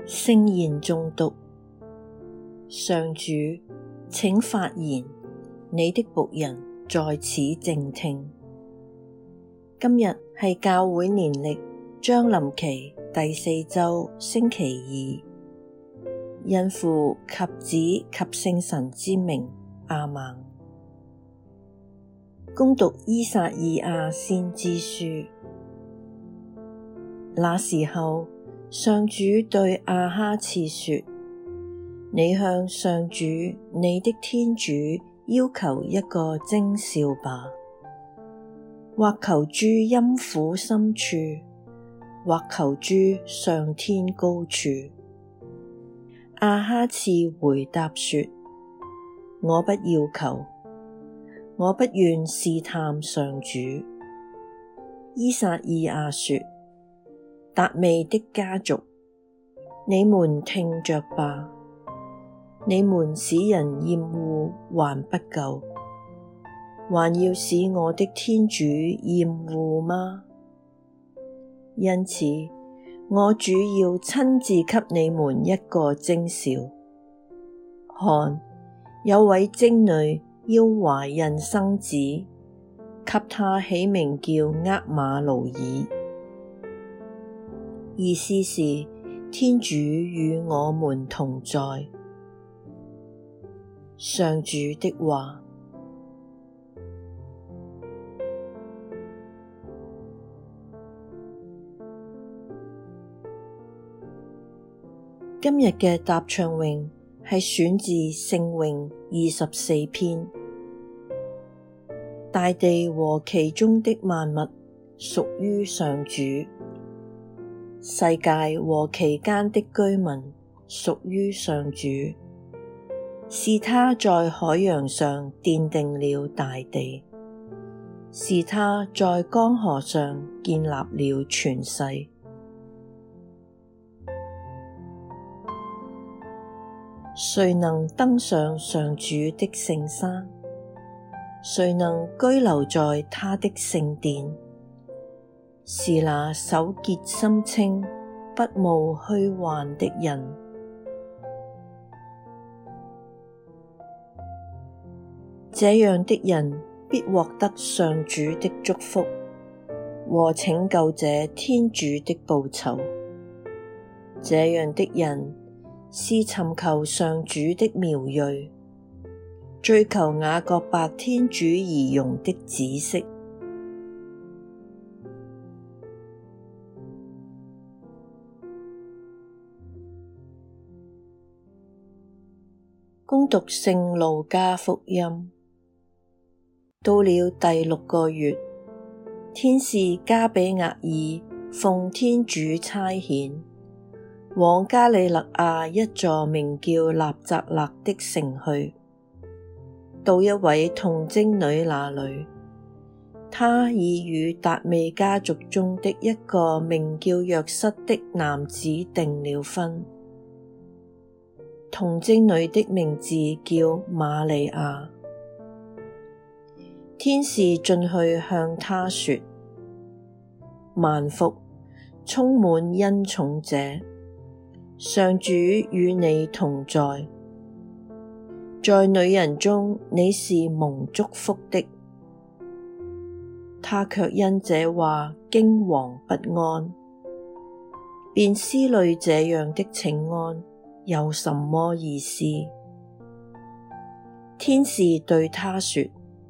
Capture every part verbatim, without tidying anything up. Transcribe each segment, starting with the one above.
聖言誦讀。上主，請發言，你的僕人在此靜聽。今日係教會年曆將臨期第四周星期二，因父及子及聖神之名，阿們。恭讀依撒意亞先知書。那時候，上主對亞哈次說：你向上主你的天主要求一個徵兆吧，或求諸陰府深處，或求諸上天高處。亞哈次回答說：我不要求，我不願試探上主。依撒意亞說：達味的家族，你們聽着吧，你們使人厭惡還不夠，還要使我的天主厭惡嗎？因此，我主要親自給你們一個徵兆。看，有位貞女要懷孕生子，給他起名叫厄瑪奴耳，意思是天主與我們同在。上主的話。今日嘅答唱詠係選自聖詠二十四篇。大地和其中的萬物屬於上主，世界和其間的居民屬於上主。是他在海洋上奠定了大地，是他在江河上建立了全世。誰能登上上主的聖山？誰能居留在他的聖殿？是那手潔心清、不冒虛幻的人。這樣的人必獲得上主的祝福和拯救者天主的報酬。這樣的人是尋求上主的苗裔，追求雅各伯天主儀容的子息。恭讀聖路加福音。到了第六個月，天使加俾額爾奉天主差遣，往加里肋亞一座名叫納匝肋的城去，到一位童貞女那裡，她已與達味家族中的一個名叫若瑟的男子訂了婚。童貞女的名字叫瑪利亞。天使進去向她說：萬福，充滿恩寵者，上主與你同在。在女人中你是蒙祝福的。她卻因這話驚惶不安，便思慮這樣的請安有什麼意思。天使對她說：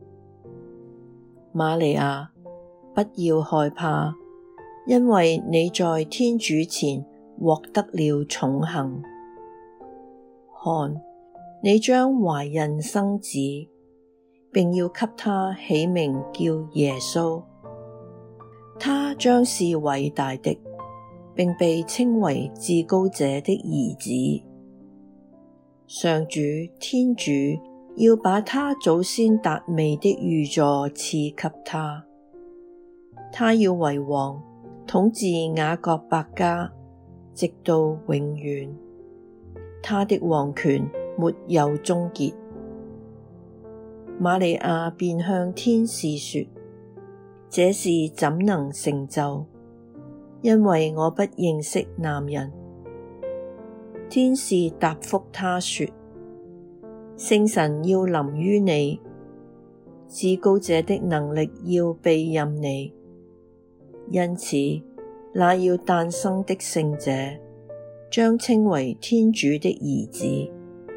瑪利亞，不要害怕，因為你在天主前獲得了寵幸。看，你將懷孕生子，並要給他起名叫耶穌。他將是偉大的，並被稱為至高者的兒子。上主天主要把他祖先達味的御座賜給他，他要為王，統治雅各伯家，直到永遠。他的王權沒有終結。瑪利亞便向天使說：這事怎能成就？因為我不認識男人。 天使答覆他說：聖神要臨於你，至高者的能力要庇蔭你，因此那要誕生的聖者將稱為天主的兒子。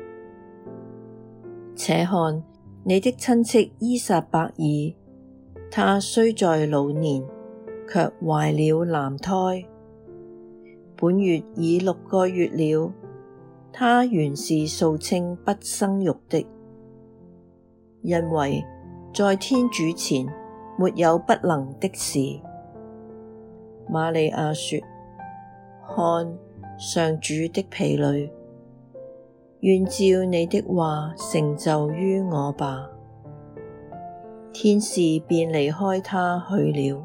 且看，你的親戚依撒伯爾，她雖在老年，卻懷了男胎，本月已六個月了。她原是素稱不生育的，因為在天主前沒有不能的事。瑪利亞說：看，上主的婢女，願照你的話成就於我吧。天使便離開她去了。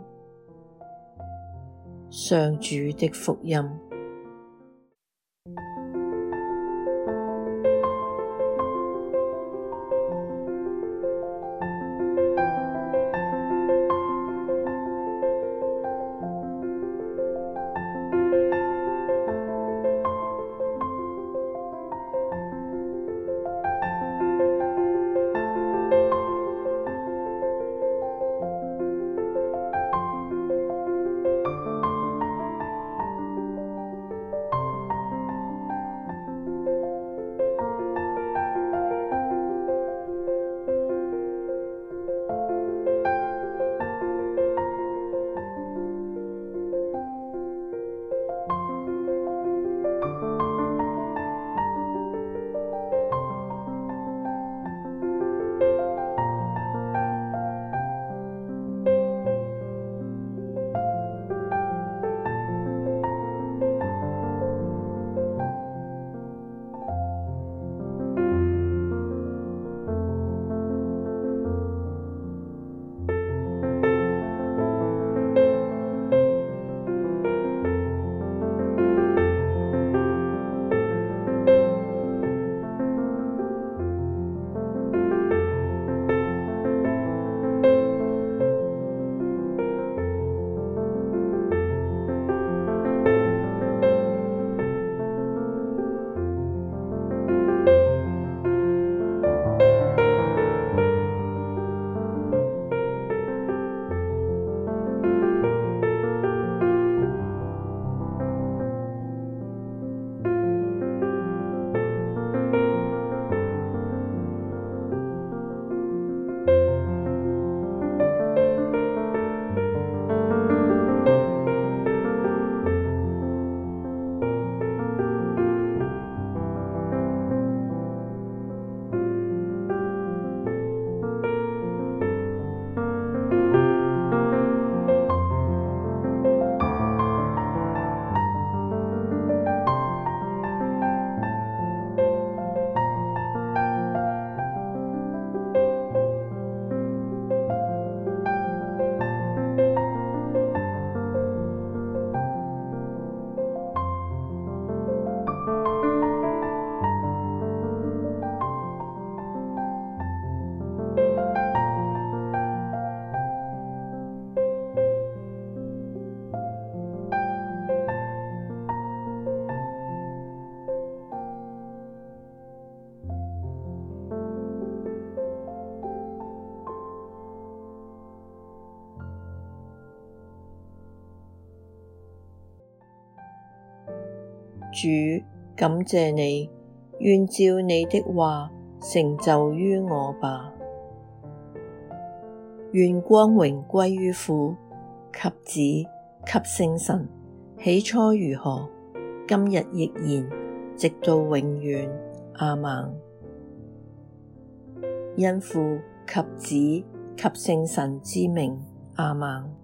上主的福音。主，感謝你，願照你的話成就於我吧。願光榮歸於父及子及聖神，起初如何，今日亦然，直到永遠。阿們。因父及子及聖神之名。阿們。